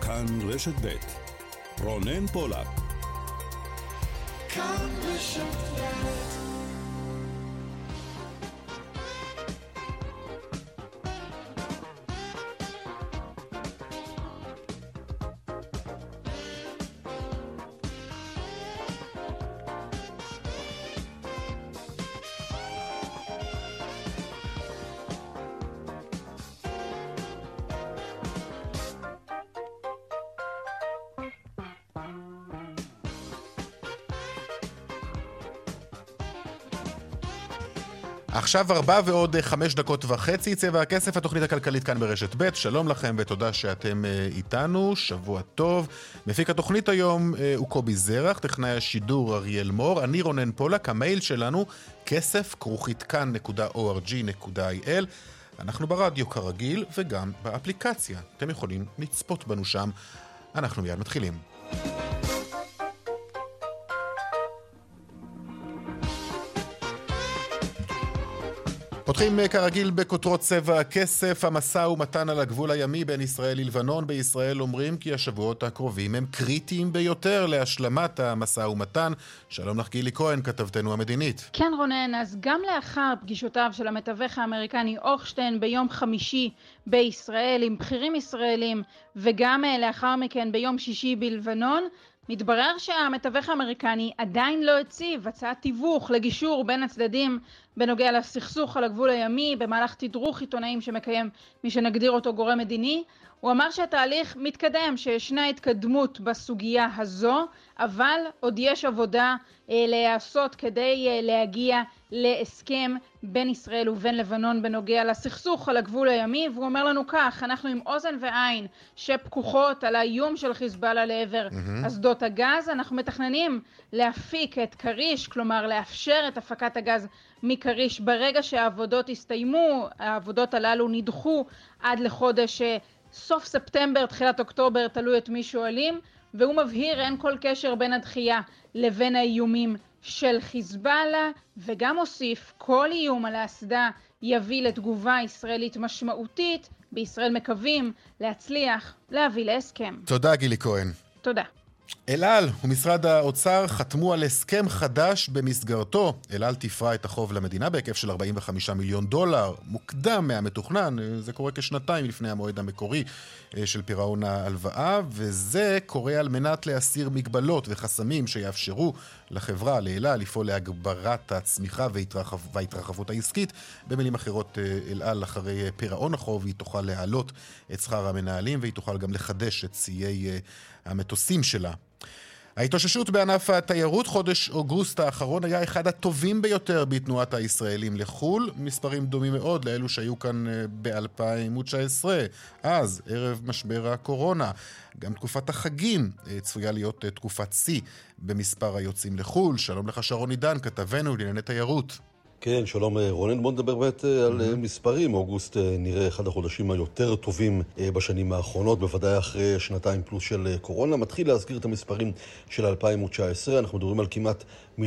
כאן רשת ב' רונן פולק. כאן רשת ב'. עכשיו 4:05 צבע הכסף, התוכנית הכלכלית כאן ברשת ב'. שלום לכם ותודה שאתם איתנו, שבוע טוב. מפיק התוכנית היום הוא קובי זרח, טכנאי השידור אריאל מור, אני רונן פולק, המייל שלנו כסף@כאן.org.il. אנחנו ברדיו כרגיל וגם באפליקציה, אתם יכולים לצפות בנו שם. אנחנו מיד מתחילים. פותחים כרגיל בכותרות צבע הכסף. המשא ומתן על הגבול הימי בין ישראל ללבנון. בישראל אומרים כי השבועות הקרובים הם קריטיים ביותר להשלמת המשא ומתן. שלום לך גילי כהן, כתבתנו המדינית. כן רונן, אז גם לאחר פגישותיו של המתווך האמריקני אוכשטיין ביום חמישי בישראל עם בכירים ישראלים, וגם לאחר מכן ביום שישי בלבנון, מתברר שהמתווך האמריקני עדיין לא הציב הצעת תיווך לגישור בין הצדדים בנוגע לסכסוך על הגבול הימי במהלך תדרוך עיתונאים שמקיים מי שנגדיר אותו גורם מדיני. הוא אמר שהתהליך מתקדם, שישנה התקדמות בסוגיה הזו, אבל עוד יש עבודה לעשות כדי להגיע להסכם בין ישראל ובין לבנון בנוגע לסכסוך על הגבול הימי. והוא אומר לנו כך: אנחנו עם אוזן ועין שפקוחות על האיום של חיזבאללה לעבר אסדות הגז. אנחנו מתכננים להפיק את קריש, כלומר לאפשר את הפקת הגז מקריש ברגע שהעבודות הסתיימו. העבודות הללו נדחו עד לחודש סוף ספטמבר, תחילת אוקטובר, תלוי את מי שואלים. והוא מבהיר, אין כל קשר בין הדחייה לבין האיומים של חיזבאללה, וגם הוסיף, כל איום על האסדה יביא לתגובה ישראלית משמעותית. בישראל מקווים להצליח להביא להסכם. תודה גילי כהן. תודה. אל על ומשרד האוצר חתמו על הסכם חדש במסגרתו. אל על תפרע את החוב למדינה בהיקף של $45 מיליון, מוקדם מהמתוכנן. זה קורה כשנתיים לפני המועד המקורי של פירעון ההלוואה, וזה קורה על מנת להסיר מגבלות וחסמים שיאפשרו לחברה, לאל על, לפעול להגברת הצמיחה וההתרחבות העסקית. במילים אחרות, אל על אחרי פירעון החוב היא תוכל להעלות את שכר המנהלים, והיא תוכל גם לחדש את ציי המטוסים שלה. ההתאוששות בענף התיירות חודש אוגוסט האחרון היה אחד הטובים ביותר בתנועת הישראלים לחול, מספרים דומים מאוד לאלו שהיו כאן ב-2019, אז ערב משבר הקורונה. גם תקופת החגים צפויה להיות תקופת שיא במספר היוצאים לחול. שלום לך שרון עידן, כתבנו לענייני תיירות. כן, שלום רונן, בוא נדבר באמת על מספרים. אוגוסט נראה אחד החודשים היותר טובים בשנים האחרונות, בוודאי אחרי שנתיים פלוס של קורונה. מתחיל להזכיר את המספרים של 2019, אנחנו מדברים על כמעט 1,100,000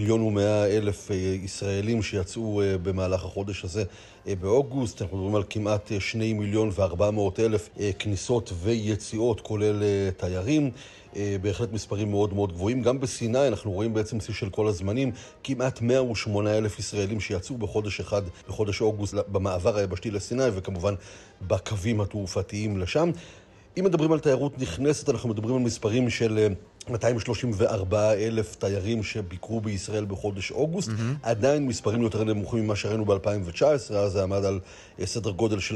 ישראלים שיצאו במהלך החודש הזה באוגוסט. אנחנו מדברים על כמעט 2,400,000 כניסות ויציאות, כולל תיירים. בהחלט מספרים מאוד מאוד גבוהים. גם בסיני אנחנו רואים בעצם שיא של כל הזמנים, כמעט 108,000 ישראלים שיצאו בחודש אחד, בחודש אוגוסט, במעבר היבשתי לסיני, וכמובן בקווים התעופתיים לשם. אם מדברים על תיירות נכנסת, אנחנו מדברים על מספרים של 234,000 תיירים שביקרו בישראל בחודש אוגוסט. עדיין מספרים יותר נמוכים ממה שראינו ב-2019, אז זה עמד על סדר גודל של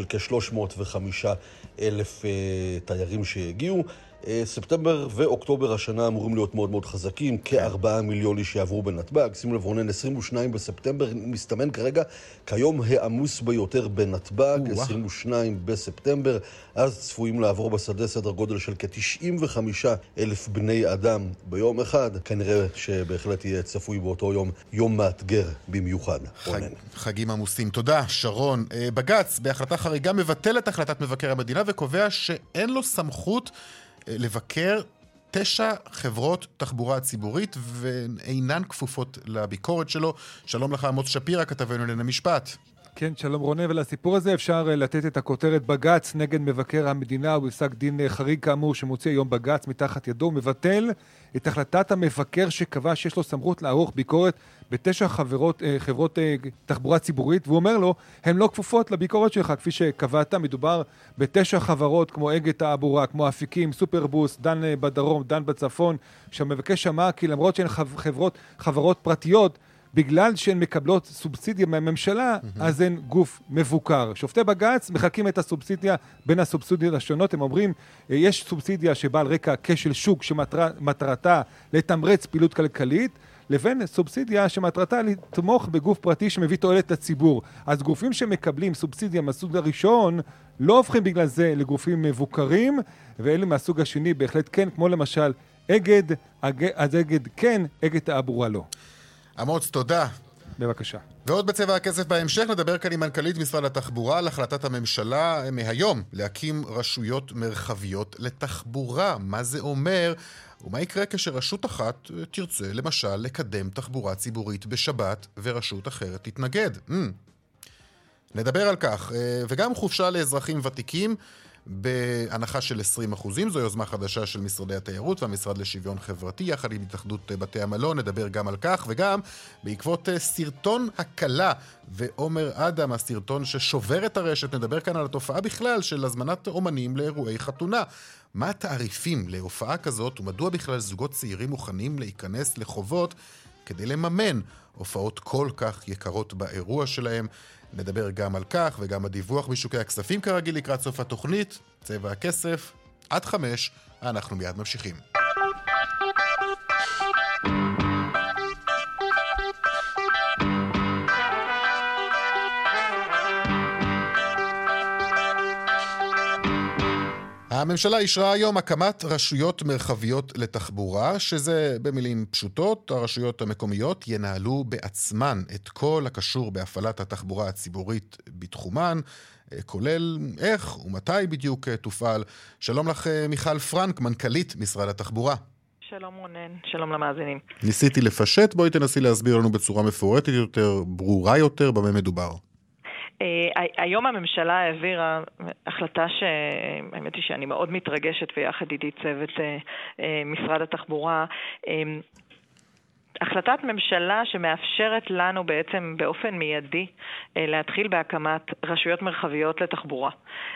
כ-305,000 תיירים שהגיעו. ספטמבר ואוקטובר השנה אמורים להיות מאוד מאוד חזקים, כ4 מיליון איש יעברו בנתב"ג. שימו לב רונן, 22 בספטמבר מסתמן כרגע כיום העמוס ביותר בנתב"ג, 22 בספטמבר, אז צפויים לעבור בשדה סדר גודל של כ-95,000 בני אדם ביום אחד. כנראה שבהחלט יהיה צפוי באותו יום, יום מאתגר במיוחד. חגים עמוסים. תודה שרון. בג"ץ בהחלטה חריגה מבטל את החלטת מבקר המדינה וקובע שאין לו סמכות לבקר 9 חברות תחבורה ציבורית ואינן כפופות לביקורת שלו. שלום לך עמוס שפירא, כתבנו לענייני משפט. כן, שלום רונן, ולסיפור הזה אפשר לתת את הכותרת בגץ נגד מבקר המדינה, ובפסק דין חריג כאמור שמוציא היום בגץ מתחת ידו, מבטל את החלטת המבקר שקבע שיש לו סמכות לערוך ביקורת ב9 חברות תחבורה ציבורית, והוא אומר לו, הן לא כפופות לביקורת שלך, כפי שקבעת, מדובר ב9 חברות כמו אגד תעבורה, כמו אפיקים, סופרבוס, דן בדרום, דן בצפון, שהמבקש שמע כי למרות שהן חברות פרטיות, בגלל שהן מקבלות סובסידיה מהממשלה, אז הן גוף מבוקר. שופטי בגץ מחלקים את הסובסידיה בין הסובסידיות השונות. הם אומרים, יש סובסידיה שבאה על רקע כשל שוק שמטרתה לתמרץ פעילות כלכלית, לבין סובסידיה שמטרתה לתמוך בגוף פרטי שמביא תועלת לציבור. אז גופים שמקבלים סובסידיה מהסוג הראשון לא הופכים בגלל זה לגופים מבוקרים, ואלה מהסוג השני בהחלט כן, כמו למשל אגד, אז אגד כן, אגד תעבורה לא. אמוץ, תודה. בבקשה. ועוד בצבע הכסף בהמשך נדבר כאן עם מנכ"לית משרד התחבורה על החלטת הממשלה מהיום להקים רשויות מרחביות לתחבורה. מה זה אומר? ומה יקרה כשרשות אחת תרצה למשל לקדם תחבורה ציבורית בשבת ורשות אחרת תתנגד? נדבר על כך. וגם חופשה לאזרחים ותיקים בהנחה של 20%. זו יוזמה חדשה של משרדי התיירות והמשרד לשוויון חברתי יחד עם התאחדות בתי המלון. נדבר גם על כך, וגם בעקבות סרטון הקלה ועומר אדם, הסרטון ששובר את הרשת, נדבר כאן על התופעה בכלל של הזמנת אומנים לאירועי חתונה. מה התעריפים להופעה כזאת ומדוע בכלל זוגות צעירים מוכנים להיכנס לחובות כדי לממן הופעות כל כך יקרות באירוע שלהם? נדבר גם על כך וגם הדיווח בשוקי הכספים כרגיל לקראת סוף התוכנית. צבע הכסף, עד 5, אנחנו מיד ממשיכים. הממשלה אישרה היום הקמת רשויות מרחביות לתחבורה, שזה במילים פשוטות, הרשויות המקומיות ינהלו בעצמן את כל הקשור בהפעלת התחבורה הציבורית בתחומן, כולל איך ומתי בדיוק תופעל. שלום לך מיכל פרנק, מנכ"לית משרד התחבורה. שלום רונן, שלום למאזינים. ניסיתי לפשט, בואי תנסי להסביר לנו בצורה מפורטת יותר, ברורה יותר, במה מדובר. היום הממשלה העבירה החלטה שהאמת היא שאני מאוד מתרגשת ויחד איתי צוות משרד התחבורה, החלטת ממשלה שמאפשרת לנו בעצם באופן מיידי להתחיל בהקמת רשויות מרחביות לתחבורה.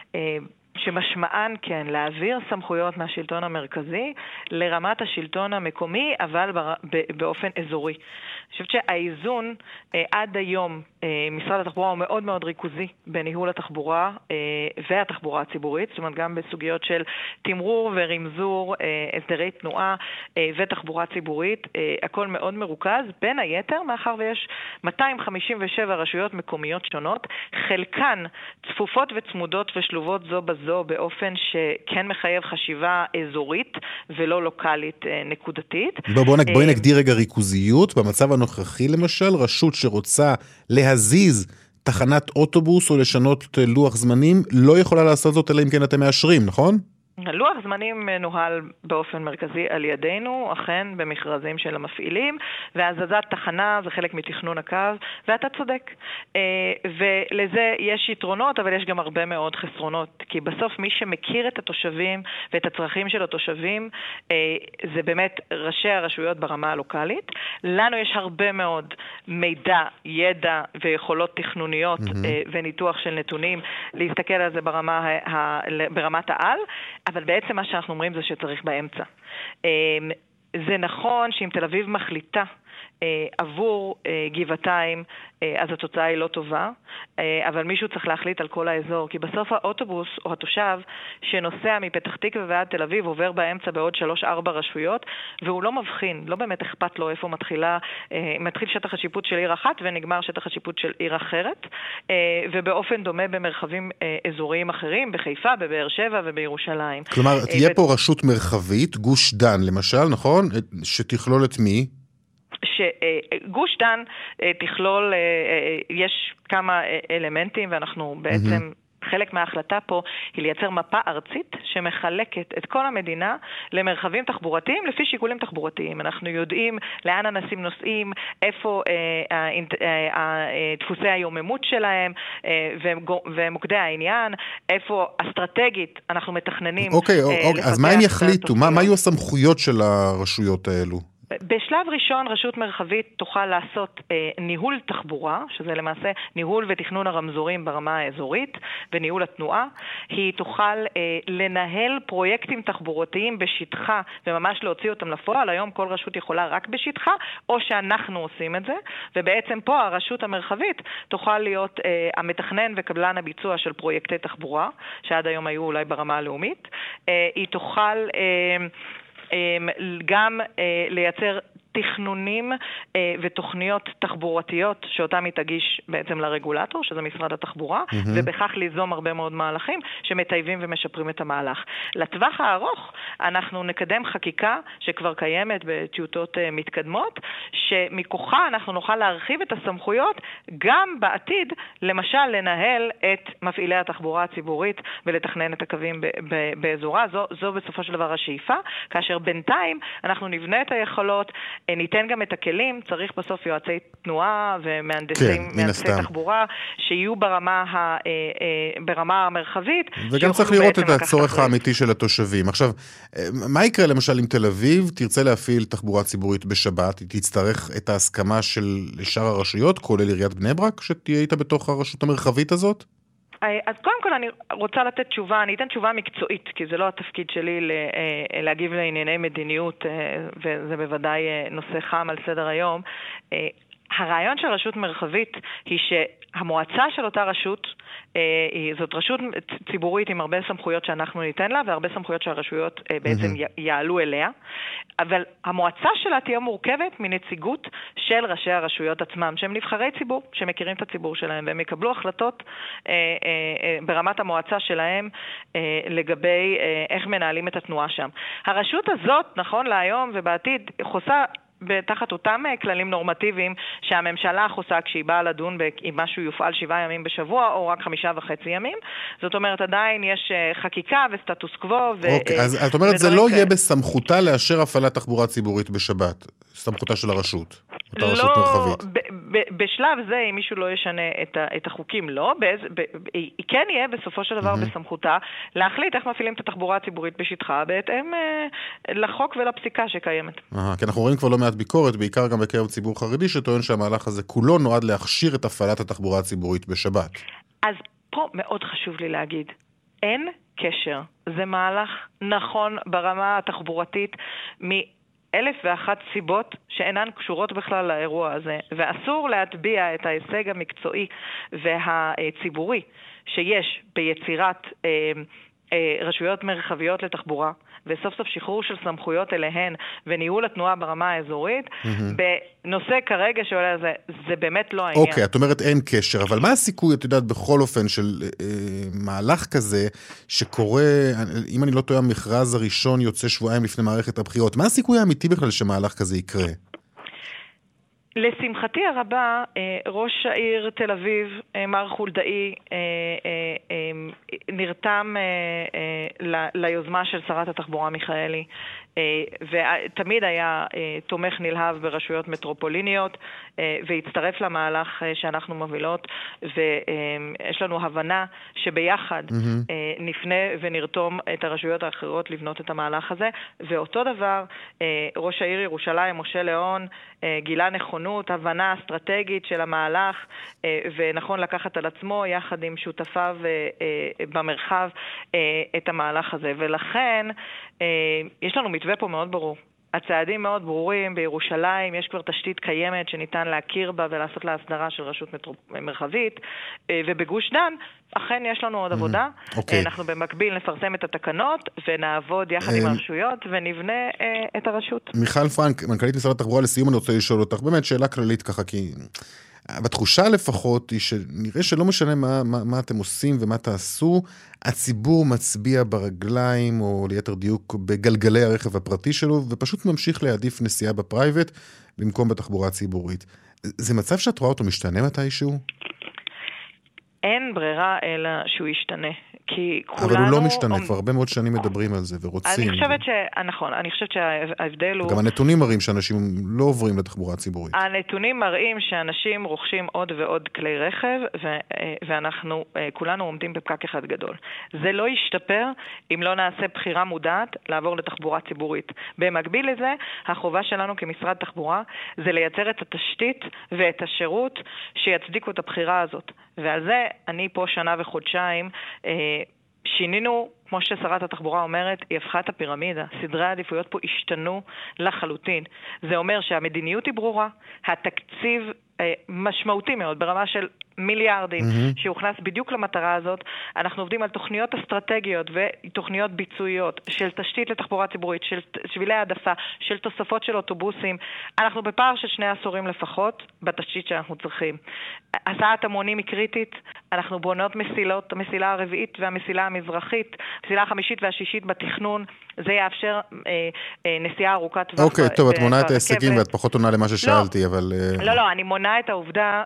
שמשמען כן להעביר סמכויות מהשלטון המרכזי לרמת השלטון המקומי, אבל באופן אזורי. אני חושבת שהאיזון עד היום משרד התחבורה הוא מאוד מאוד ריכוזי בניהול התחבורה והתחבורה הציבורית, זאת אומרת גם בסוגיות של תמרור ורמזור, הסדרי תנועה ותחבורה ציבורית, הכל מאוד מרוכז, בין היתר מאחר ויש 257 רשויות מקומיות שונות, חלקן צפופות וצמודות ושלובות זו בזו באופן שכן מחייב חשיבה אזורית ולא לוקלית נקודתית. בואי נגדיר רגע ריכוזיות. במצב הנוכחי למשל, רשות שרוצה להזיז תחנת אוטובוס או לשנות לוח זמנים לא יכולה לעשות זאת אלא אם כן אתם מאשרים, נכון? לוח זמנים מנוהל באופן מרכזי על ידינו, אכן במכרזים של המפעילים, והזזת תחנה זה חלק מתכנון הקו, ואתה צודק. ולזה יש יתרונות, אבל יש גם הרבה מאוד חסרונות, כי בסוף מי שמכיר את התושבים ואת הצרכים של התושבים, זה באמת ראשי הרשויות ברמה הלוקלית. לנו יש הרבה מאוד מידע, ידע ויכולות תכנוניות וניתוח של נתונים, להסתכל על זה ברמת העל, אבל בעצם מה שאנחנו אומרים זה שצריך באמצע. זה נכון שאם תל אביב מחליטה עבור גבעתיים, אז התוצאה היא לא טובה, אבל מישהו צריך להחליט על כל האזור, כי בסוף האוטובוס או התושב שנוסע מפתח תקווה ועד תל אביב עובר באמצע בעוד 3-4 רשויות, והוא לא מבחין, לא באמת אכפת לו איפה מתחיל שטח השיפוט של עיר אחת ונגמר שטח השיפוט של עיר אחרת, ובאופן דומה במרחבים אזוריים אחרים, בחיפה, בבאר שבע ובירושלים. כלומר, תהיה פה רשות מרחבית, גוש דן למשל, נכון? שתכלול את מי? שגוש דן תכלול, יש כמה אלמנטים ואנחנו בעצם חלק מההחלטה פה היא לייצר מפה ארצית שמחלקת את כל המדינה למרחבים תחבורתיים לפי שיקולים תחבורתיים. אנחנו יודעים לאן אנשים נוסעים, איפה דפוסי היוממות שלהם ומוקדי העניין, איפה אסטרטגית אנחנו מתכננים. אוקיי, אז מה הם יחליטו? מה יהיו הסמכויות של הרשויות האלו? בשלב ראשון רשות מרחבית תוכל לעשות ניהול תחבורה, שזה למעשה ניהול ותכנון הרמזורים ברמה האזורית וניהול התנועה. היא תוכל לנהל פרויקטים תחבורתיים בשטחה וממש להוציא אותם לפועל. היום כל רשות יכולה רק בשטחה, או שאנחנו עושים את זה, ובעצם פה הרשות המרחבית תוכל להיות המתכנן וקבלן הביצוע של פרויקטי תחבורה, שעד היום היו אולי ברמה הלאומית. היא תוכל גם לייצר תכנונים ותוכניות תחבורתיות שאותם היא תגיש בעצם לרגולטור, שזה משרד התחבורה, ובכך ליזום הרבה מאוד מהלכים שמטייבים ומשפרים את המהלך. לטווח הארוך אנחנו נקדם חקיקה שכבר קיימת בטיוטות מתקדמות, שמכוחה אנחנו נוכל להרחיב את הסמכויות גם בעתיד, למשל לנהל את מפעילי התחבורה הציבורית ולתכנן את הקווים באזורה. זו בסופו של דבר השאיפה, כאשר בינתיים אנחנו נבנה את היכולות, ניתן גם את הכלים, צריך בסוף יועצי תנועה ומהנדסי תחבורה שיהיו ברמה המרחבית. וגם צריך לראות את הצורך האמיתי של התושבים. עכשיו, מה יקרה למשל אם תל אביב תרצה להפעיל תחבורה ציבורית בשבת? היא תצטרך את ההסכמה של שאר הרשויות, כולל עיריית בני ברק, שתהיה איתה בתוך הרשות המרחבית הזאת? אז קודם כל אני רוצה לתת תשובה, אני אתן תשובה מקצועית, כי זה לא התפקיד שלי להגיב לענייני מדיניות, וזה בוודאי נושא חם על סדר היום. הרעיון של רשות מרחבית היא שהמועצה של אותה רשות, זאת רשות ציבורית עם הרבה סמכויות שאנחנו ניתן לה, והרבה סמכויות שהרשויות בעצם יעלו אליה, אבל המועצה שלה תהיה מורכבת מנציגות של ראשי הרשויות עצמם, שהם נבחרי ציבור, שמכירים את הציבור שלהם, והם יקבלו החלטות ברמת המועצה שלהם לגבי איך מנהלים את התנועה שם. הרשות הזאת, נכון להיום ובעתיד, חוסה תחת אותם כללים נורמטיביים שהממשלה חוסה כשהיא באה לדון אם משהו יופעל 7 ימים בשבוע או רק 5.5 ימים. זאת אומרת, עדיין יש חקיקה וסטטוס קוו. אוקיי, אז את אומרת, זה לא יהיה בסמכותה לאשר הפעלת תחבורה ציבורית בשבת, סמכותה של הרשות, אותה רשות מרחבית. בשלב זה, אם מישהו לא ישנה את החוקים, לא, היא כן יהיה בסופו של דבר בסמכותה להחליט איך מפעילים את התחבורה הציבורית בשטחה, בהתאם לחוק ולפסיקה שקיימת. כי אנחנו רואים כבר לא מעט ביקורת, בעיקר גם בקרב ציבור חרדי, שטוען שהמהלך הזה כולו נועד להכשיר את הפעלת התחבורה הציבורית בשבת. אז פה מאוד חשוב לי להגיד, אין קשר. זה מהלך נכון ברמה התחבורתית מאלף ואחת סיבות שאינן קשורות בכלל לאירוע הזה, ואסור להטביע את ההישג המקצועי והציבורי שיש ביצירת רשויות מרחביות לתחבורה, וסוף סוף שחרור של סמכויות אליהן וניהול התנועה ברמה האזורית, בנושא כרגע שעולה זה, זה באמת לא העניין. אוקיי, את אומרת אין קשר, אבל מה הסיכוי, את יודעת, בכל אופן של מהלך כזה שקורה, אם אני לא טועה, המכרז הראשון יוצא שבועיים לפני מערכת הבחירות, מה הסיכוי האמיתי בכלל שמהלך כזה יקרה? לשמחתי הרבה, ראש העיר תל אביב, מר חולדאי, נרתם ליוזמה של שרת התחבורה מיכאלי, ותמיד היה תומך נלהב ברשויות מטרופוליניות, והצטרף למהלך שאנחנו מובילות, ויש לנו הבנה שביחד נפנה ונרתום את הרשויות האחרות לבנות את המהלך הזה, ואותו דבר, ראש העיר ירושלים, משה ליאון, גילה נכונות, הבנה אסטרטגית של המהלך, ונכון לקחת על עצמו יחד עם שותפיו במרחב את המהלך הזה. ולכן יש לנו מתווה פה מאוד ברור. הצעדים מאוד ברורים, בירושלים יש כבר תשתית קיימת שניתן להכיר בה ולעשות לה הסדרה של רשות מרחבית, ובגוש דן אכן יש לנו עוד עבודה. אנחנו במקביל נפרסם את התקנות ונעבוד יחד עם הרשויות ונבנה את הרשות. מיכל פרנק, מנכ"לית משרד התחבורה, לסיום אני רוצה לשאול אותך, באמת שאלה כללית ככה, כי בתחושה לפחות היא שנראה שלא משנה מה אתם עושים ומה תעשו, הציבור מצביע ברגליים, או ליתר דיוק בגלגלי הרכב הפרטי שלו, ופשוט ממשיך להעדיף נסיעה בפרייבט במקום בתחבורה הציבורית. זה מצב שאת רואה אותו משתנה מתישהו? אין ברירה אלא שהוא ישתנה. כי כולנו... אבל הוא לא משתנה, כבר הרבה מאוד שנים מדברים על זה ורוצים. נכון, אני חושבת שההבדל הוא... גם הנתונים מראים שאנשים לא עוברים לתחבורה ציבורית. הנתונים מראים שאנשים רוכשים עוד ועוד כלי רכב, ואנחנו כולנו עומדים בפקק אחד גדול. זה לא ישתפר אם לא נעשה בחירה מודעת לעבור לתחבורה ציבורית. במקביל לזה, החובה שלנו כמשרד תחבורה זה לייצר את התשתית ואת השירות שיצדיקו את הבחירה הזאת. ועל זה אני פה שנה וחודשיים שינינו, כמו ששרת התחבורה אומרת, היא הפכה את הפירמידה. סדרי העדיפויות פה השתנו לחלוטין. זה אומר שהמדיניות היא ברורה, התקציב משמעותי מאוד, ברמה של מיליארדים, שהוכנס בדיוק למטרה הזאת. אנחנו עובדים על תוכניות אסטרטגיות ותוכניות ביצועיות של תשתית לתחבורה ציבורית, של שבילי העדפה, של תוספות של אוטובוסים. אנחנו בפער של 2 עשורים לפחות בתשתית שאנחנו צריכים. הסעת המונים היא קריטית. אנחנו בונות מסילות, המסילה הרביעית והמסילה המזרחית, המסילה החמישית והשישית בתכנון. זה יאפשר נסיעה ארוכת טווח. אוקיי, טוב, את מונה את ההישגים ואת פחות עונה למה ששאלתי, אבל... לא, אני מונה את העובדה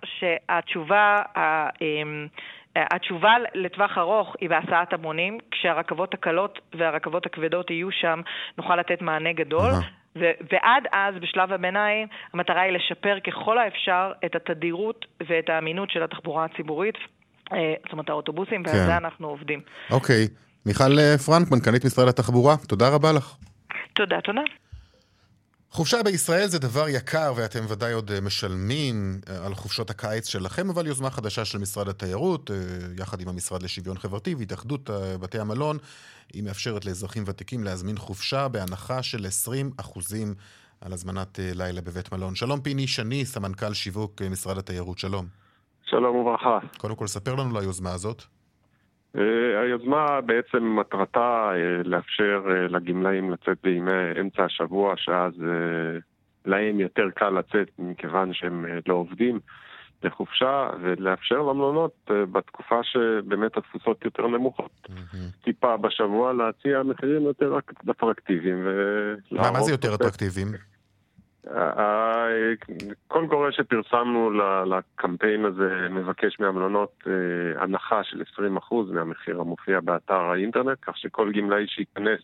שהתשובה לטווח ארוך היא בהסעת המונים, כשהרכבות הקלות והרכבות הכבדות יהיו שם, נוכל לתת מענה גדול. ועד אז, בשלב הביניים, המטרה היא לשפר ככל האפשר את התדירות ואת האמינות של התחבורה הציבורית, זאת אומרת האוטובוסים, ועל זה אנחנו עובדים. אוקיי. מיכל פרנק, מנכ"לית משרד התחבורה, תודה רבה לך. תודה. חופשה בישראל זה דבר יקר, ואתם ודאי עוד משלמים על חופשות הקיץ שלכם, אבל יוזמה חדשה של משרד התיירות, יחד עם המשרד לשוויון חברתי והתאחדות בתי המלון, היא מאפשרת לאזרחים ותיקים להזמין חופשה בהנחה של 20% על הזמנת לילה בבית מלון. שלום פיני שני, סמנכ"ל שיווק משרד התיירות, שלום. שלום וברכה. קודם כל, ספר לנו ליוזמה הזאת. היוזמה בעצם מטרתה לאפשר לגמלאים לצאת בימי אמצע השבוע, שאז להם יותר קל לצאת מכיוון שהם לא עובדים לחופשה, ולאפשר למלונות בתקופה שבאמת התפוסות יותר נמוכות. טיפה בשבוע להציע מחירים יותר אטרקטיביים. מה זה יותר אטרקטיביים? כל קורא שפרסמנו לקמפיין הזה מבקש מהמלונות הנחה של 20% מהמחיר המופיע באתר האינטרנט, כך שכל גמלאי שייכנס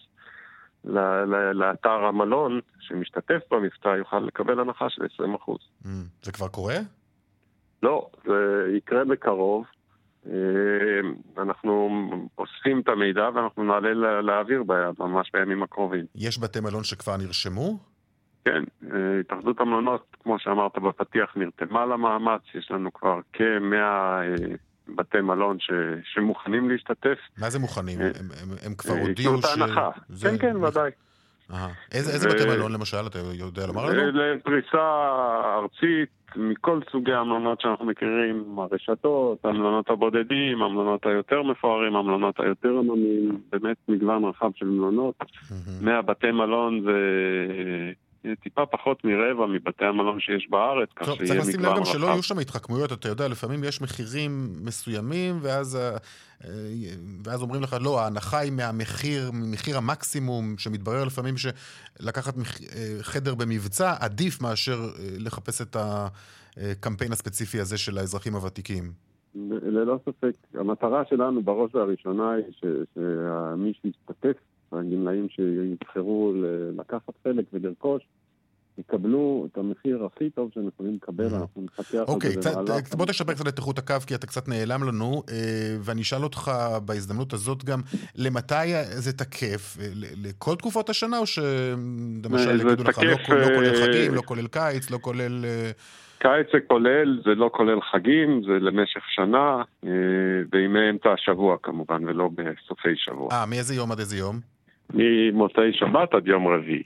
לאתר המלון שמשתתף במבצע יוכל לקבל הנחה של 20%. זה כבר קורה? לא, זה יקרה בקרוב. אנחנו אוספים את המידע ואנחנו נעלה להעביר ממש בימים הקרובים. יש בתי מלון שכבר נרשמו? כן, התאחדות המלונות, כמו שאמרת בפתיח, נרתמה למאמץ. יש לנו כבר כ-100 בתי מלון שמוכנים להשתתף. מה זה מוכנים? הם כבר הודיעו ש... כן, ודאי. איזה בתי מלון למשל, אתה יודע לומר לנו? לפריסה ארצית, מכל סוגי המלונות שאנחנו מכירים, הרשתות, המלונות הבודדים, המלונות היותר מפוארים, המלונות היותר עממיים, באמת מגוון רחב של מלונות. 100 בתי מלון זה טיפה פחות מרבע מבתי המלון שיש בארץ, כך שיהיה מגוון רחב. צריך לשים לב גם שלא יהיו שם התחכמויות, אתה יודע, לפעמים יש מחירים מסוימים, ואז אומרים לך, לא, ההנחה היא ממחיר המקסימום, שמתברר לפעמים שלקחת חדר במבצע, עדיף מאשר לחפש את הקמפיין הספציפי הזה של האזרחים הוותיקים. ללא ספק, המטרה שלנו בראש והראשונה היא שמי שישתתף, הגמלאים שיבחרו לקחת חלק ולרכוש, יקבלו את המחיר הכי טוב שהם יכולים לקבל, אנחנו נפתח אוקיי, בוא תשפר קצת את איכות הקו, כי אתה קצת נעלם לנו, ואני אשאל אותך בהזדמנות הזאת גם, למתי זה תקף? לכל תקופות השנה, או שלמשל יגידו לך, לא כולל חגים, לא כולל קיץ, לא כולל... קיץ זה כולל, זה לא כולל חגים, זה למשך שנה, בימי אמצע השבוע כמובן, ולא בסופי שבוע. מאיזה יום עד איזה יום? ממוצאי שבת עד יום רביעי.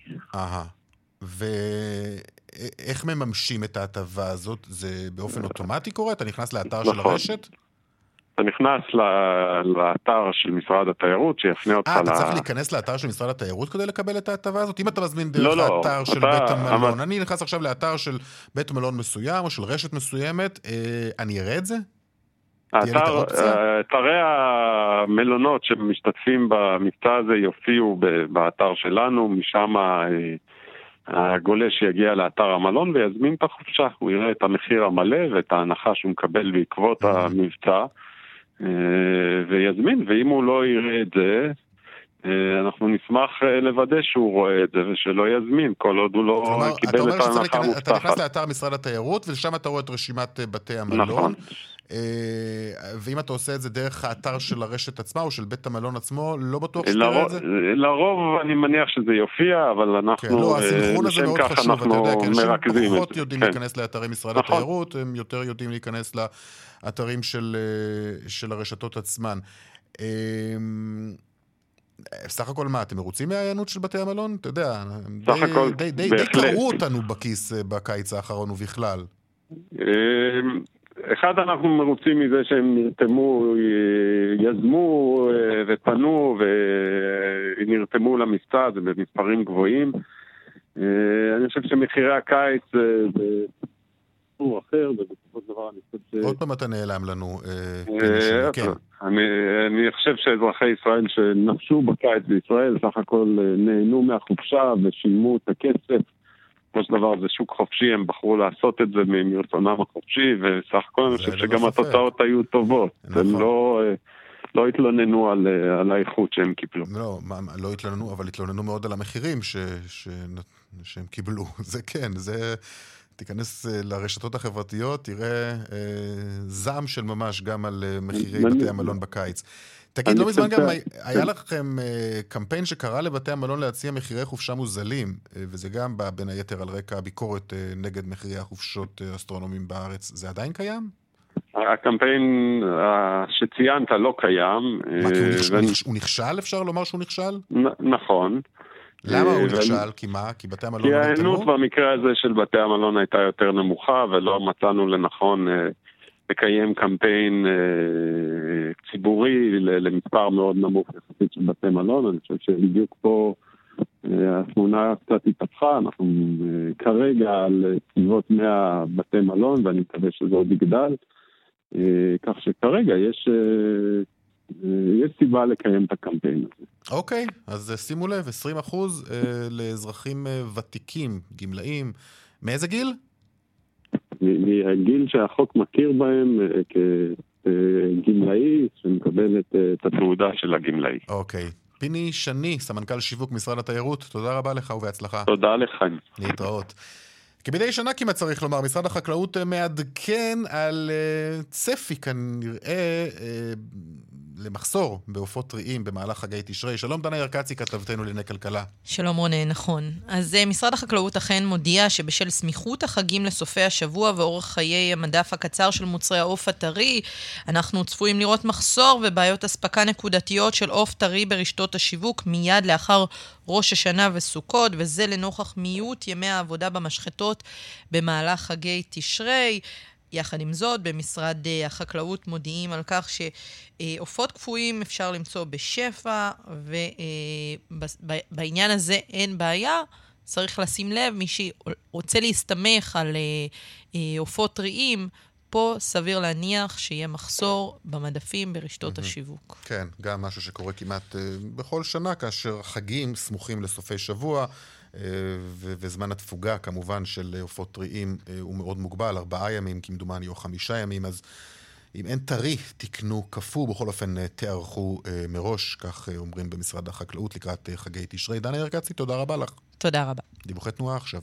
ואיך מממשים את ההטבה הזאת? זה באופן אוטומטי קורה? אתה נכנס לאתר של הרשת? אתה נכנס לאתר של משרד התיירות, שיפנה אותך אתה צריך להיכנס לאתר של משרד התיירות כדי לקבל את ההטבה הזאת? אם אתה מזמין דרך האתר של בית המלון, אני נכנס עכשיו לאתר של בית מלון מסוים, או של רשת מסוימת, אני אראה את זה? אתרי המלונות שמשתתפים במבצע הזה יופיעו באתר שלנו, משם הגולש יגיע לאתר המלון ויזמין את החופשה, הוא יראה את המחיר המלא ואת ההנחה שהוא מקבל בעקבות המבצע, ויזמין, ואם הוא לא יראה את זה, אנחנו נשמח לוודא שהוא רואה את זה ושלא יזמין, כל עוד הוא לא קיבל את ההנחה המובטחת. אתה נכנס לאתר משרד התיירות ושם אתה רואה את רשימת בתי המלון. נכון. ואם אתה עושה את זה דרך האתר של הרשת עצמה או של בית המלון עצמו, לא בטוח שתראה את זה? לרוב אני מניח שזה יופיע, אבל אנחנו... לא, הסנכרון הזה מאוד חשוב, אתה יודע, כי אנשים פחות יודעים כן. להיכנס לאתרי משרד התיירות, הם יותר יודעים להיכנס לאתרים של הרשתות עצמן. סך הכל מה, אתם מרוצים מהעיינות של בתי המלון? אתה יודע, די קראו אותנו בכיס בקיץ האחרון ובכלל. אחד, אנחנו מרוצים מזה שהם נרתמו, יזמו ופנו ונרתמו למבצע, זה במספרים גבוהים. אני חושב שמחירי הקיץ זה סיפור אחר, ובסופו של דבר אני חושב ש... עוד פעם אתה נעלם לנו. אני חושב שאזרחי ישראל שנפשו בקיץ בישראל, סך הכל נהנו מהחופשה ושילמו את הכסף. כמו שדבר זה שוק חופשי, הם בחרו לעשות את זה מרצונם החופשי, וסך הכל אני חושב שגם התוצאות היו טובות. הם לא התלוננו על האיכות שהם קיבלו. לא התלוננו, אבל התלוננו מאוד על המחירים שהם קיבלו. זה כן, זה... תיכנס לרשתות החברתיות, תראה זעם של ממש גם על מחירי בתי המלון בקיץ. תגיד, לא מזמן גם היה לכם קמפיין שקרא לבתי המלון להציע מחירי חופשה מוזלים, וזה גם בא בין היתר על רקע הביקורת נגד מחירי החופשות האסטרונומיים בארץ. זה עדיין קיים? הקמפיין שציינת לא קיים. מה, כי הוא נכשל? אפשר לומר שהוא נכשל? נכון. למה הוא נכשל? כי מה? כי בתי המלון כי העיינות במקרה הזה של בתי המלון הייתה יותר נמוכה, ולא מצאנו לנכון לקיים קמפיין ציבורי למספר מאוד נמוך יחסית של בתי מלון. אני חושב שבדיוק פה התמונה קצת התהפכה, אנחנו כרגע על סביבות 100 בתי מלון, ואני מקווה שזה עוד יגדל, כך שכרגע יש סיבה לקיים את הקמפיין הזה. אוקיי, אז שימו לב, 20% לאזרחים ותיקים, גמלאים. מאיזה גיל? מהגיל שהחוק מכיר בהם כגמלאי, שמקבל את התעודה של הגמלאי. אוקיי. פיני שני, סמנכ"ל שיווק משרד התיירות, תודה רבה לך ובהצלחה. תודה לך. להתראות. כמדי שנה כמעט צריך לומר, משרד החקלאות מעדכן על צפי כנראה למחסור בעופות טריים במהלך חגי תשרי. שלום דנה ירקצי, כתבתנו לענייני כלכלה. שלום רונן, נכון. אז משרד החקלאות אכן מודיע שבשל סמיכות החגים לסופי השבוע ואורך חיי המדף הקצר של מוצרי העוף הטרי, אנחנו צפויים לראות מחסור ובעיות הספקה נקודתיות של עוף טרי ברשתות השיווק מיד לאחר ראש השנה וסוכות, וזה לנוכח מיעוט ימי העבודה במשחטות במהלך חגי תשרי. יחד עם זאת, במשרד החקלאות מודיעים על כך שעופות קפואים אפשר למצוא בשפע, ובעניין הזה אין בעיה. צריך לשים לב, מי שרוצה להסתמך על עופות טריים, פה סביר להניח שיהיה מחסור במדפים ברשתות השיווק. כן, גם משהו שקורה כמעט בכל שנה, כאשר חגים סמוכים לסופי שבוע, וזמן התפוגה כמובן של עופות טריים הוא מאוד מוגבל, 4 ימים כמדומני או 5 ימים, אז אם אין טרי, תקנו קפוא, בכל אופן תערכו מראש, כך אומרים במשרד החקלאות לקראת חגי תשרי. דנה ירקצי, תודה רבה לך. תודה רבה. דיווחי תנועה עכשיו.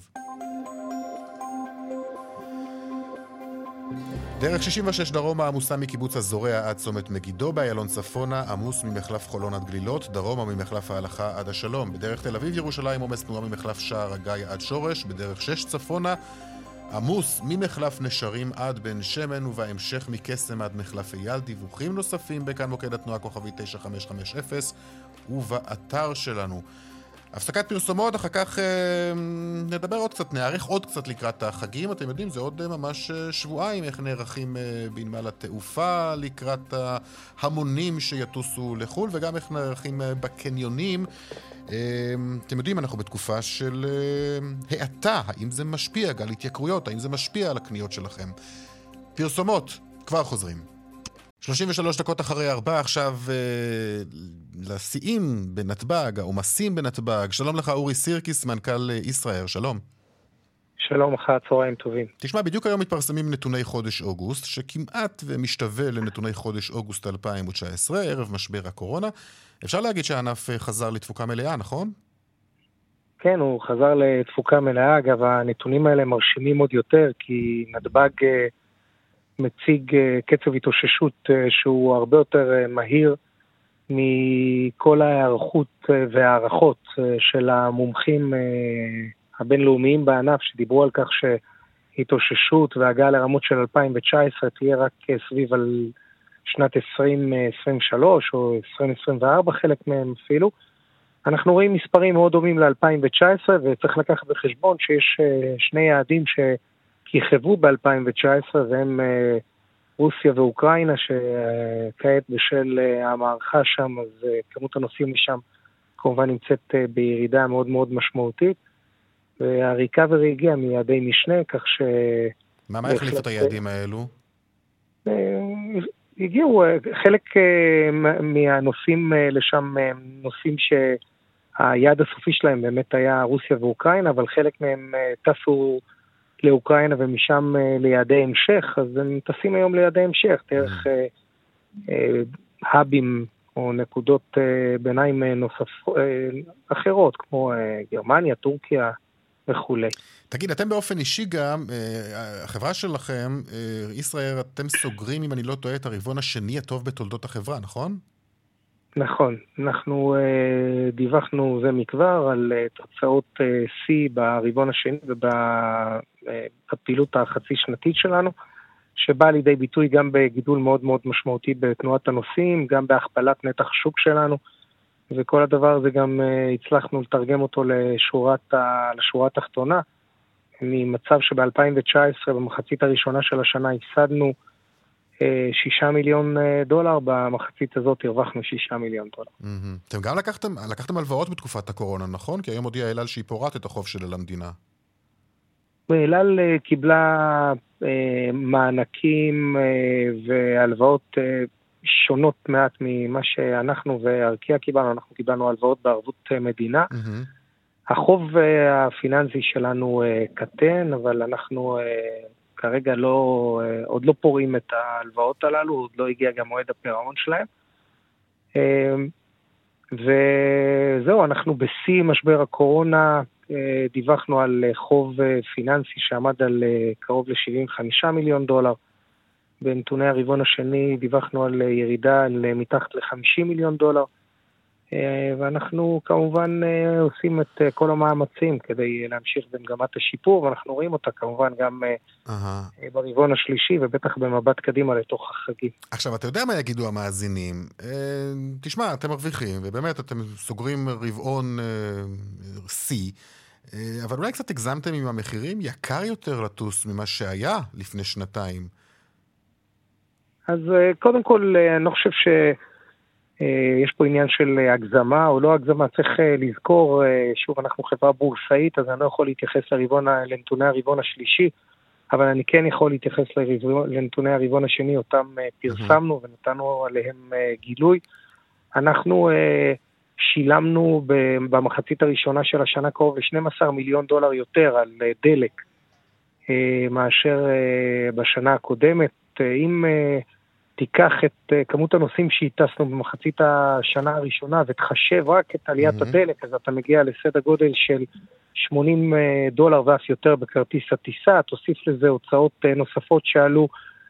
דרך 66 דרומה עמוסה מקיבוץ הזורע עד צומת מגידו, באיילון צפונה עמוס ממחלף חולון עד גלילות, דרומה ממחלף ההלכה עד השלום. בדרך תל אביב ירושלים עומס תנועה ממחלף שער הגיא עד שורש, בדרך 6 צפונה עמוס ממחלף נשרים עד בן שמן, ובהמשך מקסם עד מחלף אייל. דיווחים נוספים בכאן מוקד התנועה כוכבי 9550 ובאתר שלנו. הפסקת פרסומות, אחר כך נדבר עוד קצת, נערך עוד קצת לקראת החגים. אתם יודעים, זה עוד ממש שבועיים, איך נערכים בנמל התעופה לקראת ההמונים שיטוסו לחול, וגם איך נערכים בקניונים. אתם יודעים, אנחנו בתקופה של האטה, האם זה משפיע על התייקרויות, האם זה משפיע על הקניות שלכם. פרסומות, כבר חוזרים. 33 דקות אחרי 4, עכשיו לשיאים בנתב"ג, העומסים בנתב"ג. שלום לך אורי סירקיס, מנכ"ל ישראייר, שלום. שלום, אחר הצהריים טובים. תשמע, בדיוק היום מתפרסמים נתוני חודש אוגוסט, שכמעט ומשתווה לנתוני חודש אוגוסט 2019, ערב משבר הקורונה. אפשר להגיד שהענף חזר לתפוקה מלאה, נכון? כן, הוא חזר לתפוקה מלאה. אגב, הנתונים האלה מרשימים עוד יותר, כי נתב"ג מציג קצב התאוששות שהוא הרבה יותר מהיר מכל ההיערכות והערכות של המומחים הבינלאומיים בענף, שדיברו על כך שהתאוששות והגעה לרמות של 2019 תהיה רק סביב על שנת 2023 או 2024, חלק מהם אפילו. אנחנו רואים מספרים מאוד דומים ל-2019, וצריך לקחת בחשבון שיש שני יעדים שכיכבו ב-2019, והם רוסיה ואוקראינה, שכעת בשל המערכה שם, אז כמות הנוסעים משם כמובן נמצאת בירידה מאוד מאוד משמעותית, והריקאברי הגיע מיעדי משנה, כך ש... מה החליף את היעדים האלו? הגיעו חלק מהנושאים לשם, נושאים שהיעד הסופי שלהם באמת היה רוסיה ואוקראינה, אבל חלק מהם טסו לאוקראינה ומשם ליעדי המשך, אז הם טסים היום ליעדי המשך, דרך האבים או נקודות ביניים נוספות אחרות, כמו גרמניה, טורקיה וכולי. תגיד, אתם באופן אישי גם, החברה שלכם, ישראל, אתם סוגרים, אם אני לא טועה, את הרבעון השני הטוב בתולדות החברה, נכון? נכון. אנחנו דיווחנו זה מכבר על תוצאות C ברבעון השני ובפעילות החצי שנתית שלנו, שבא לידי ביטוי גם בגידול מאוד מאוד משמעותי בתנועת הנוסעים, גם בהכפלת נתח השוק שלנו, וכל הדבר הזה גם הצלחנו לתרגם אותו לשורה התחתונה, ממצב שב-2019, במחצית הראשונה של השנה, הפסדנו 6 מיליון דולר, במחצית הזאת הרווחנו 6 מיליון דולר. אתם גם לקחתם הלוואות בתקופת הקורונה, נכון? כי היום הודיעה אלעל שהיא פורט את החוב שלה למדינה. אלעל קיבלה מענקים והלוואות שונות מעט ממה שאנחנו וארקיע קיבלנו. אנחנו קיבלנו הלוואות בערבות מדינה. החוב הפיננסי שלנו קטן, אבל אנחנו כרגע עוד לא פורעים את ההלוואות הללו, עוד לא הגיע גם מועד הפירעון שלהם. וזהו, אנחנו בשיא משבר הקורונה, דיווחנו על חוב פיננסי שעמד על קרוב ל-75 מיליון דולר. בנתוני הרבעון השני דיווחנו על ירידה מתחת ל-50 מיליון דולר. ואנחנו כמובן עושים את כל המאמצים כדי להמשיך במגמת השיפור, ואנחנו רואים אותה כמובן גם ברבעון השלישי, ובטח במבט קדימה לתוך החגים. עכשיו, אתה יודע מה יגידו המאזינים? תשמע, אתם מרוויחים, ובאמת אתם סוגרים רבעון C, אבל אולי קצת הגזמתם עם המחירים, יקר יותר לטוס ממה שהיה לפני שנתיים. אז קודם כל, אני חושב יש פה עניין של הגזמה או לא הגזמה, צריך לזכור, שוב אנחנו חברה בורסאית, אז אני לא יכול להתייחס לנתוני הרבעון השלישי, אבל אני כן יכול להתייחס לנתוני הרבעון השני, אותם פרסמנו ונתנו עליהם גילוי. אנחנו שילמנו במחצית הראשונה של השנה קרוב ל-12 מיליון דולר יותר על דלק, מאשר בשנה הקודמת. אם תיקח את כמות הנוסעים שהטסנו במחצית השנה הראשונה ותחשב רק את עליית הדלק, אז אתה מגיע לסדר גודל של 80 דולר ואף יותר בכרטיס הטיסה, תוסיף לזה הוצאות נוספות שעלו,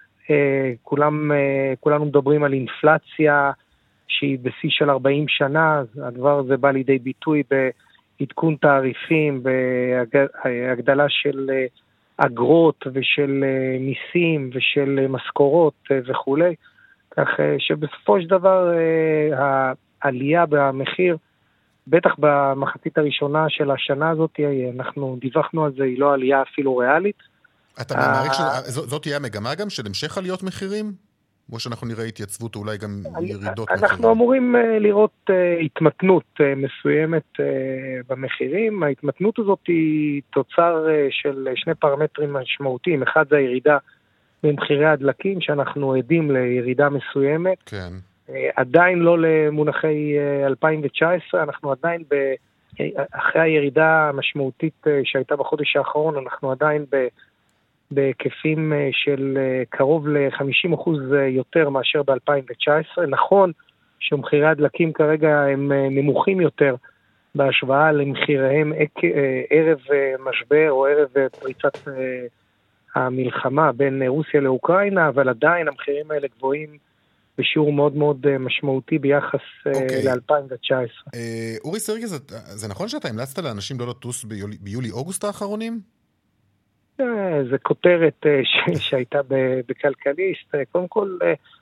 כולנו מדברים על אינפלציה שהיא בשיא של 40 שנה, הדבר הזה בא לידי ביטוי בעדכון תעריפים, בהגדלה של אגרות ושל מיסים ושל משכורות וכולי, כך שבסופו של דבר העלייה במחיר, בטח במחצית הראשונה של השנה הזאת, אנחנו דיווחנו על זה, היא לא עלייה אפילו ריאלית. אתה מעריך שזאת תהיה המגמה גם של המשך עליות מחירים? או שאנחנו נראה התייצבות או אולי גם ירידות מחירים? אנחנו אמורים לראות התמתנות מסוימת במחירים. ההתמתנות הזאת היא תוצר של שני פרמטרים משמעותיים. אחד זה הירידה במחירי הדלקים, שאנחנו עדים לירידה מסוימת. כן. עדיין לא למונחי 2019, אנחנו עדיין אחרי הירידה המשמעותית שהייתה בחודש האחרון, אנחנו עדיין בהיקפים של קרוב ל-50% יותר מאשר ב-2019. נכון שמחירי הדלקים כרגע הם נמוכים יותר בהשוואה למחיריהם ערב משבר או ערב פריצת המלחמה בין רוסיה לאוקראינה, אבל עדיין המחירים האלה גבוהים בשיעור מאוד מאוד משמעותי ביחס ל-2019. אורי סירקיס, זה נכון שאתה המלצת לאנשים לא לטוס ביולי-אוגוסט האחרונים? זה כותרת שהייתה בכלכליסט. קודם כל,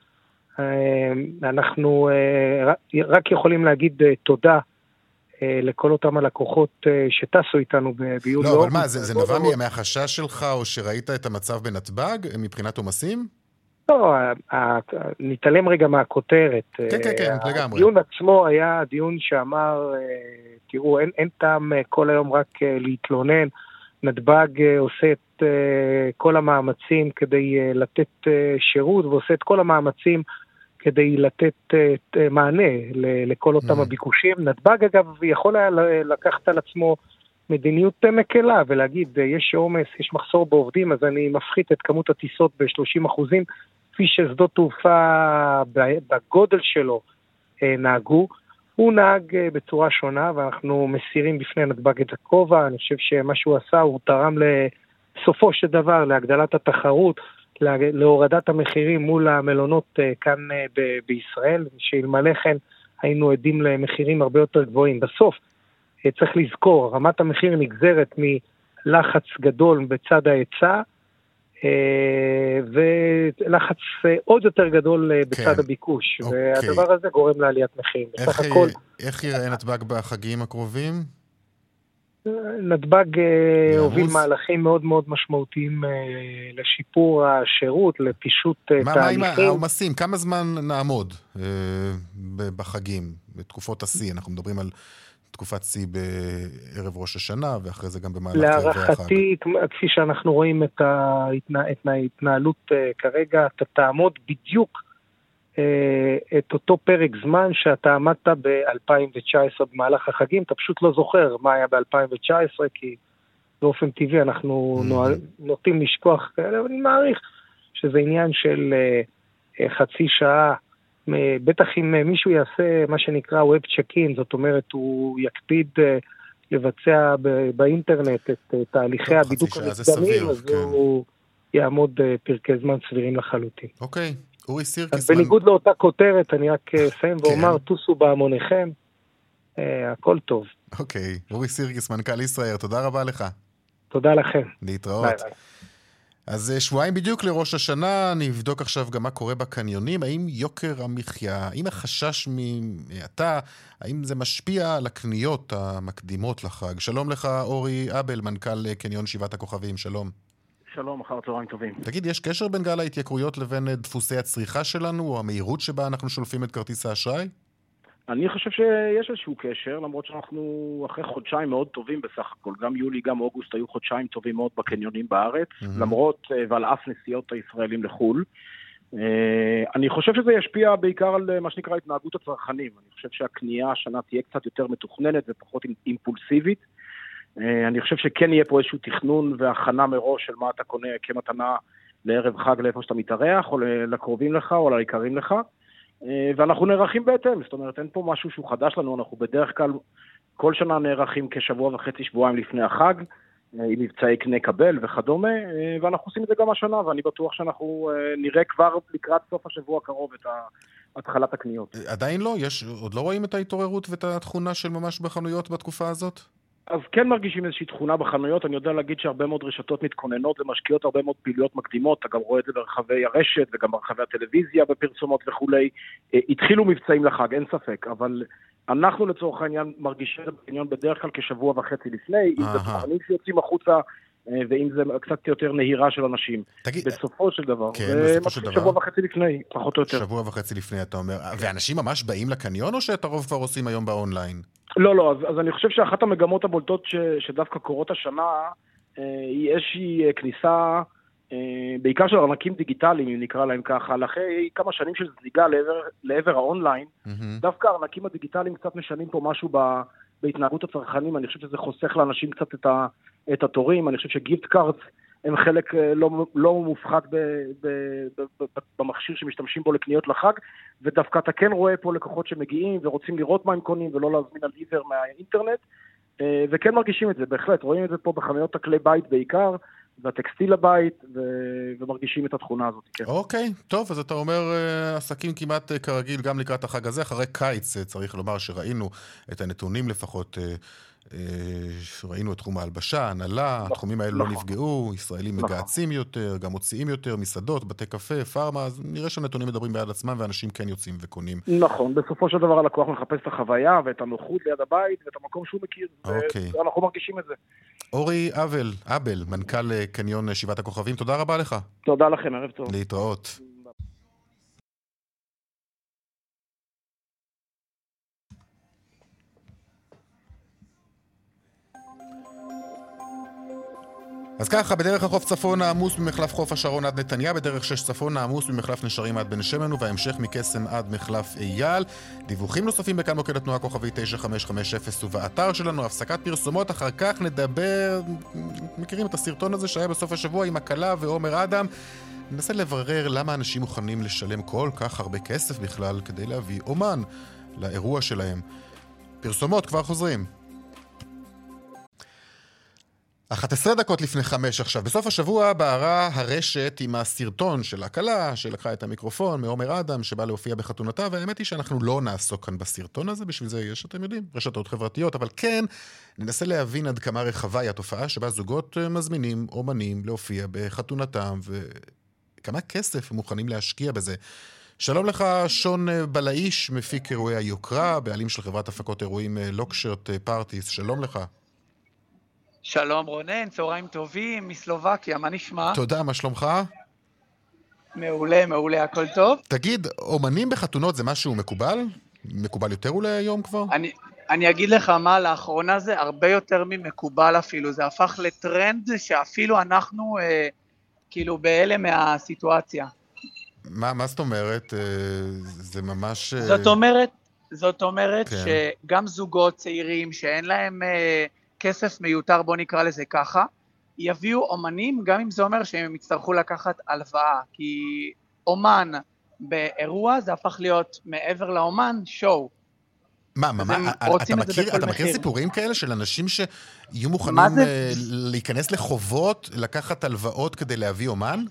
אנחנו רק יכולים להגיד תודה לכל אותם הלקוחות שטסו איתנו ביולי-אוגוסט. לא, אבל מה, זה נבע מהחשש שלך או שראית את המצב בנתב"ג מבחינת עומסים? לא, נתעלם רגע מהכותרת. כן, לגמרי. הדיון עצמו היה דיון שאמר, תראו, אין טעם כל היום רק להתלונן, נתב"ג עושה את כל המאמצים כדי לתת שירות, ועושה את כל המאמצים כדי לתת מענה לכל אותם הביקושים. נתב"ג אגב יכול היה לקחת על עצמו מדיניות מקלה ולהגיד, יש עומס, יש מחסור בעובדים, אז אני מפחית את כמות הטיסות ב-30%, כפי ששדות תעופה בגודל שלו נהגו. הוא נהג בצורה שונה, ואנחנו מסירים בפני נתב"ג את הכובע. אני חושב שמה שהוא עשה, הוא תרם לסופו של דבר להגדלת התחרות, להורדת המחירים מול המלונות כאן בישראל, שאלמלא כן היינו עדים למחירים הרבה יותר גבוהים. בסוף צריך לזכור, רמת המחיר נגזרת מלחץ גדול בצד ההיצע, ולחץ עוד יותר גדול בצד הביקוש, והדבר הזה גורם לעליית מחירים. איך יראה נתב"ג בחגים הקרובים? נתב"ג הוביל מהלכים מאוד מאוד משמעותיים לשיפור השירות, לפישוט תהליכים. מה עם העומסים? כמה זמן נעמוד בחגים, בתקופות השיא? אנחנו מדברים על תקופת שיא בערב ראש השנה, ואחרי זה גם במהלך ערבי החג. להערכתי, כפי שאנחנו רואים את ההתנהלות כרגע, אתה תעמוד בדיוק את אותו פרק זמן שאתה עמדת ב-2019 במהלך החגים. אתה פשוט לא זוכר מה היה ב-2019, כי באופן טבעי אנחנו נוטים לשכוח כאלה, אבל אני מעריך שזה עניין של חצי שעה, בטח אם מישהו יעשה מה שנקרא ווב צ'ק-אין, זאת אומרת הוא יקפיד לבצע באינטרנט את תהליכי הבידוק המקדמיים, אז הוא יעמוד פרקי זמן סבירים לחלוטין. אוקיי, אורי סירקיס. אז בניגוד לאותה כותרת, אני רק אסיים ואומר, טוסו בהמוניכם, הכל טוב. אוקיי, אורי סירקיס, מנכ"ל ישראייר, תודה רבה לך. תודה לכם. להתראות. ביי ביי. אז שבועיים בדיוק לראש השנה, נבדוק עכשיו גם מה קורה בקניונים, האם יוקר המחיה, האם החשש מעתה, האם זה משפיע על הקניות המקדימות לחג. שלום לך אורי אבל, מנכ"ל קניון שבעת הכוכבים, שלום. שלום, אחר צהריים טובים. תגיד, יש קשר בין גל ההתייקרויות לבין דפוסי הצריכה שלנו, או המהירות שבה אנחנו שולפים את כרטיס האשראי? אני חושב שיש איזשהו קשר, למרות שאנחנו אחרי חודשיים מאוד טובים בסך הכל. גם יולי, גם אוגוסט היו חודשיים טובים מאוד בקניונים בארץ, למרות ועל אף נסיעות הישראלים לחול. אני חושב שזה ישפיע בעיקר על מה שנקרא התנהגות הצרכנים. אני חושב שהקנייה השנה תהיה קצת יותר מתוכננת ופחות אימפולסיבית. אני חושב שכן יהיה פה איזשהו תכנון והכנה מראש של מה אתה קונה כמתנה לערב חג לאיפה שאתה מתארח, או לקרובים לך או ליקרים לך. ואנחנו נערכים בהתאם, זאת אומרת, אין פה משהו שהוא חדש לנו, אנחנו בדרך כלל כל שנה נערכים כשבוע וחצי, שבועיים לפני החג, עם מבצעי קנה קבל וכדומה, ואנחנו עושים את זה גם השנה, ואני בטוח שאנחנו נראה כבר לקראת סוף השבוע הקרוב את התחלת הקניות. עדיין לא? עוד לא רואים את ההתעוררות ואת התכונה של ממש בחנויות בתקופה הזאת? אז כן מרגישים איזושהי תכונה בחנויות, אני יודע להגיד שהרבה מאוד רשתות מתכוננות ומשקיעות הרבה מאוד פעילויות מקדימות, אתה גם רואה את זה ברחבי הרשת וגם ברחבי הטלוויזיה בפרסומות וכולי, התחילו מבצעים לחג, אין ספק, אבל אנחנו לצורך העניין מרגישים את הקניון בדרך כלל כשבוע וחצי לפני, אם זה תוכנים שיוצאים החוצה, ואם זה קצת יותר נהירה של אנשים. בסופו של דבר, שבוע וחצי לפני, פחות או יותר. שבוע וחצי לפני, אתה אומר. ואנשים ממש באים לקניון, או שאת הרוב כבר עושים היום באונליין? לא, אז אני חושב שאחת המגמות הבולטות שדווקא קורות השנה, היא איזושהי כניסה, בעיקר של ארנקים דיגיטליים, אם נקרא להם ככה, אחרי כמה שנים של זליגה לעבר האונליין, דווקא הארנקים הדיגיטליים קצת משנים פה משהו בהתנהגות הצרכנים, אני חושב שזה חוסך לאנשים קצת את התורים, אני חושב שגיפט קארדס הם חלק לא מופחת במכשיר שמשתמשים בו לקניות לחג, ודווקא אתה כן רואה פה לקוחות שמגיעים ורוצים לראות מה הם קונים ולא להזמין על עיוור מהאינטרנט, וכן מרגישים את זה, בהחלט, רואים את זה פה בחנויות הכלי בית בעיקר, והטקסטיל לבית, ומרגישים את התכונה הזאת. כן. אוקיי, טוב, אז אתה אומר עסקים כמעט כרגיל גם לקראת החג הזה, אחרי קיץ צריך לומר שראינו את הנתונים לפחות, ראינו את תחום ההלבשה, הנהלה, התחומים האלו לא נפגעו, ישראלים מגעצים יותר, גם מוציאים יותר, מסעדות, בתי קפה, פארמה, אז נראה שהנתונים מדברים בעד עצמם, ואנשים כן יוצאים וקונים. נכון, בסופו של דבר הלקוח מחפש את החוויה, ואת הנוחות ליד הבית, ואת המקום שהוא מכיר, ואנחנו מרגישים את זה. אורי אבל, מנכ"ל קניון שבעת הכוכבים, תודה רבה לך. תודה לכם, ערב טוב. להתראות. אז ככה, בדרך החוף צפון העמוס ממחלף חוף השרון עד נתניה, בדרך 6 צפון העמוס ממחלף נשרים עד בן שמן, וההמשך מקסם עד מחלף אייל. דיווחים נוספים בכאן מוקד התנועה כוכבי 9550 ובאתר שלנו. הפסקת פרסומות, אחר כך נדבר, מכירים את הסרטון הזה שהיה בסוף השבוע עם הקלה ועומר אדם. ננסה לברר למה אנשים מוכנים לשלם כל כך הרבה כסף בכלל כדי להביא אומן לאירוע שלהם. פרסומות כבר חוזרים. 11 דקות לפני 5 עכשיו. בסוף השבוע בערה הרשת עם הסרטון של הקלה שלקחה את המיקרופון מעומר אדם שבא להופיע בחתונתה, והאמת היא שאנחנו לא נעסוק כאן בסרטון הזה, בשביל זה יש, אתם יודעים, רשתות חברתיות, אבל כן ננסה להבין עד כמה רחבה היא התופעה שבה זוגות מזמינים אומנים להופיע בחתונתם, וכמה כסף הם מוכנים להשקיע בזה. שלום לך, שון בלאיש, מפיק אירועי היוקרה, בעלים של חברת הפקות אירועים לוקשרט פארטיס. שלום לך. שלום רונן, צהריים טובים, מסלובקיה, מה נשמע? תודה, מה שלומך? מעולה, מעולה, הכל טוב. תגיד, אומנים בחתונות זה משהו מקובל? מקובל יותר אולי היום כבר? אני אגיד לך מה, לאחרונה זה הרבה יותר ממקובל אפילו, זה הפך לטרנד שאפילו אנחנו כאילו בהלם מהסיטואציה. מה זאת אומרת? זה ממש... זאת אומרת כן. שגם זוגות צעירים שאין להם... כסף מיותר, בוא נקרא לזה ככה, יביאו אומנים, גם אם זה אומר שהם יצטרכו לקחת הלוואה, כי אומן באירוע זה הפך להיות מעבר לאומן, שואו. אתה מכיר סיפורים כאלה של אנשים שיהיו מוכנים להיכנס לחובות, לקחת הלוואות כדי להביא אומן?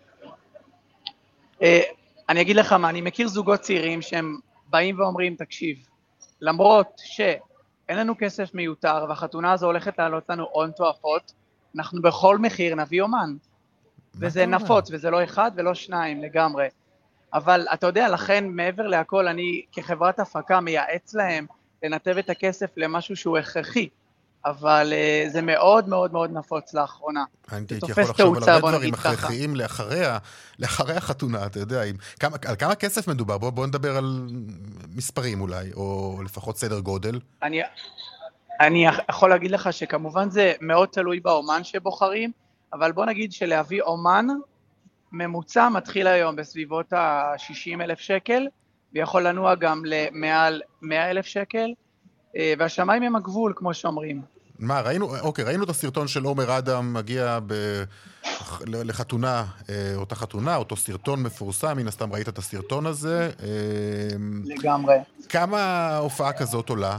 אני אגיד לך מה, אני מכיר זוגות צעירים שהם באים ואומרים, תקשיב, למרות אין לנו כסף מיותר, והחתונה הזו הולכת לעלות לנו הון תועפות, אנחנו בכל מחיר נביא אומן. וזה נפוץ, וזה לא אחד ולא שניים לגמרי. אבל אתה יודע, לכן מעבר להכל, אני כחברת הפקה מייעץ להם לנתב את הכסף למשהו שהוא הכרחי. אבל זה מאוד מאוד מאוד נפוץ לאחרונה. אני הייתי יכול לחשוב על הרבה דברים הכרחיים לאחרי החתונה, אתה יודע, על כמה כסף מדובר? בוא נדבר על מספרים אולי, או לפחות סדר גודל. אני יכול להגיד לך שכמובן זה מאוד תלוי באומן שבוחרים, אבל בוא נגיד שלהביא אומן ממוצע מתחיל היום בסביבות ה-60,000 שקל, ויכול לנוע גם למעל 100,000 שקל, והשמיים הם הגבול, כמו שאומרים. מה, ראינו את הסרטון של עומר אדם מגיע לחתונה, אותה חתונה, אותו סרטון מפורסם, מן הסתם ראית את הסרטון הזה. לגמרי. כמה הופעה כזאת עולה?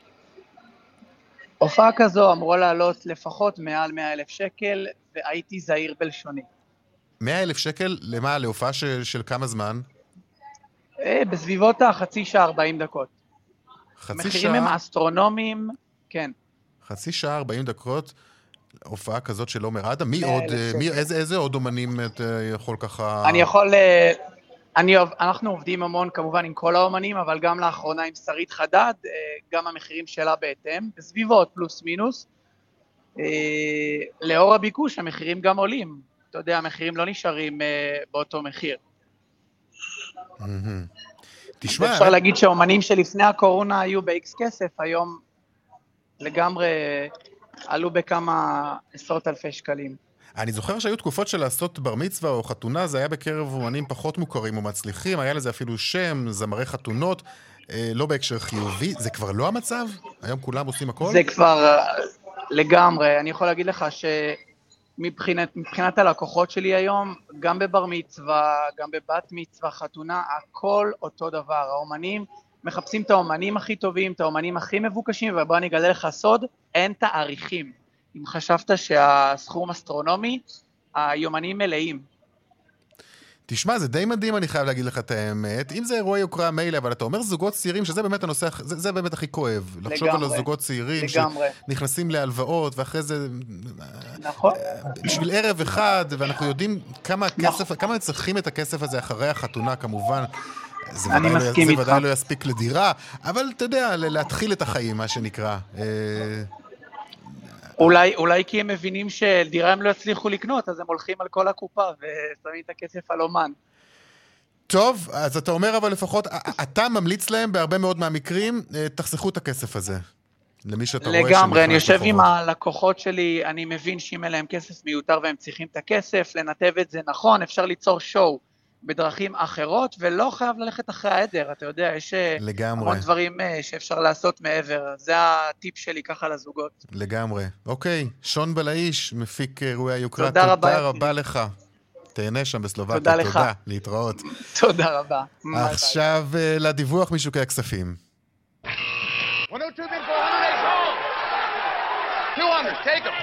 הופעה כזו אמורה לעלות לפחות מעל 100,000 שקל, והייתי זהיר בלשוני. 100,000 שקל? למה? להופעה של כמה זמן? בסביבות החצי שעה 40 דקות. מחירים הם אסטרונומיים, כן. חצי שעה 40 דקות, הופעה כזאת של עומר אדם. מי עוד, איזה עוד אומנים אתה יכול ככה... אנחנו עובדים המון כמובן עם כל האומנים, אבל גם לאחרונה עם שרית חדד, גם המחירים שלה בהתאם, בסביבות פלוס מינוס. לאור הביקוש המחירים גם עולים. אתה יודע, המחירים לא נשארים באותו מחיר. תשמע, אפשר להגיד שהאומנים שלפני הקורונה היו ב-X כסף, היום לגמרי עלו בכמה עשרות אלפי שקלים. אני זוכר שהיו תקופות של לעשות בר מצווה או חתונה, זה היה בקרב אומנים פחות מוכרים ומצליחים, היה לזה אפילו שם, זמרי חתונות, לא בהקשר חיובי, זה כבר לא המצב? היום כולם עושים הכל? זה כבר לגמרי. אני יכול להגיד לך שמבחינת הלקוחות שלי היום, גם בבר מצווה, גם בבת מצווה, חתונה, הכל אותו דבר. האומנים מחפשים את האומנים הכי טובים, את האומנים הכי מבוקשים, ובוא אני אגלה לך סוד, אין תאריכים. אם חשבת שהסכום אסטרונומי, היומנים מלאים. תשמע, זה די מדהים, אני חייב להגיד לך את האמת. אם זה אירועי יוקרה מילא, אבל אתה אומר זוגות צעירים, שזה באמת הנושא, זה באמת הכי כואב. לחשוב על הזוגות צעירים שנכנסים להלוואות, ואחרי זה... נכון. בשביל ערב אחד, ואנחנו יודעים כמה צריכים את הכסף הזה אחרי החתונה, כמובן. זה ודאי לא יספיק לדירה, אבל אתה יודע, להתחיל את החיים, מה שנקרא. אולי כי הם מבינים שדירה הם לא יצליחו לקנות, אז הם הולכים על כל הקופה ושמים את הכסף על אומן. טוב, אז אתה אומר אבל לפחות, אתה ממליץ להם בהרבה מאוד מהמקרים, תחסכו את הכסף הזה. למי שאתה רואה לגמרי, אני יושב עם הלקוחות שלי, אני מבין שאם אין להם כסף מיותר והם צריכים את הכסף, לנתב את זה נכון, אפשר ליצור שואו בדרכים אחרות, ולא חייב ללכת אחרי העדר, אתה יודע, יש המון דברים שאפשר לעשות מעבר, זה הטיפ שלי ככה לזוגות. לגמרי. אוקיי, שון בלעיש, מפיק אירועי היוקרה, תודה רבה לך. תהנה שם בסלובקיה, תודה, להתראות. תודה רבה. עכשיו לדיווח משוקי הכספים. 102 bid for 100, 200, take them.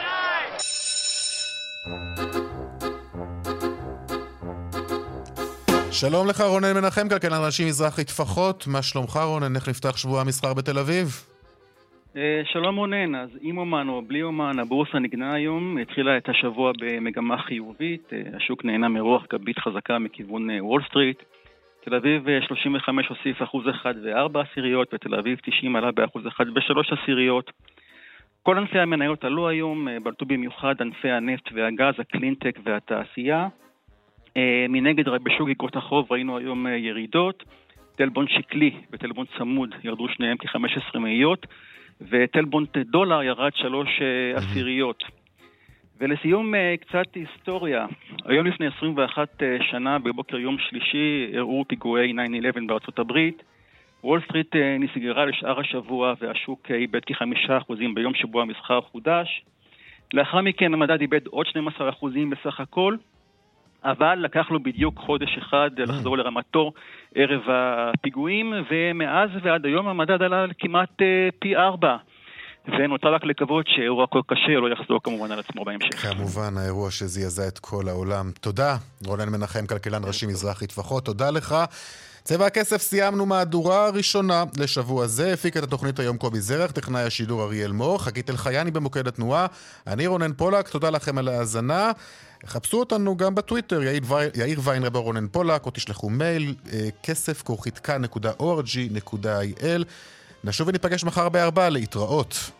שלום לך רונן מנחם, כלכלן ראשי מזרחי טפחות, מה שלומך רונן? איך נפתח שבוע המסחר בתל אביב? שלום רונן, אז עם אומן או בלי אומן, הבורסה נגנה היום, התחילה את השבוע במגמה חיובית, השוק נהנה מרוח גבית חזקה מכיוון וול סטריט, תל אביב 35 הוסיף 1.4%, ותל אביב 90 עלה ב1.3%. כל ענפי המניות עלו היום, בלטו במיוחד ענפי הנפט והגז, הקלינטק והתעשייה. מנגד בשוק איגרות החוב ראינו היום ירידות, טלבון שקלי וטלבון צמוד ירדו שניהם כ-15 מאיות, וטלבון דולר ירד 0.3. ולסיום קצת היסטוריה, היום לפני 21 שנה בבוקר יום שלישי אירעו פיגועי 9/11 בארצות הברית, וול סטריט נסגרה לשאר השבוע והשוק איבד כ5% ביום שבו המסחר חודש, לאחר מכן המדד איבד עוד 12% בסך הכל, אבל לקח לו בדיוק חודש אחד לחזור לרמתו ערב הפיגועים, ומאז ועד היום המדד עלה כמעט פי 4. ונוצר רק לקוות שאירוע כל קשה לא יחזור כמובן על עצמו בהמשך. כמובן, האירוע שזעזע את כל העולם. תודה, רונן מנחם, כלכלן ראשי מזרחי טפחות, תודה לך. צבע הכסף, סיימנו מהדורה הראשונה לשבוע זה. הפיק את התוכנית היום קובי זרח, טכנאי השידור אריאל מור, חגית אלחייני במוקד התנועה, אני רונן פולק, תודה לכם על ההאזנה. חפשו אותנו גם בטוויטר, יאיר ויינרב או רונן פולק, או תשלחו מייל, כסף@כאן.org.il. נשוב וניפגש מחר ב4, להתראות.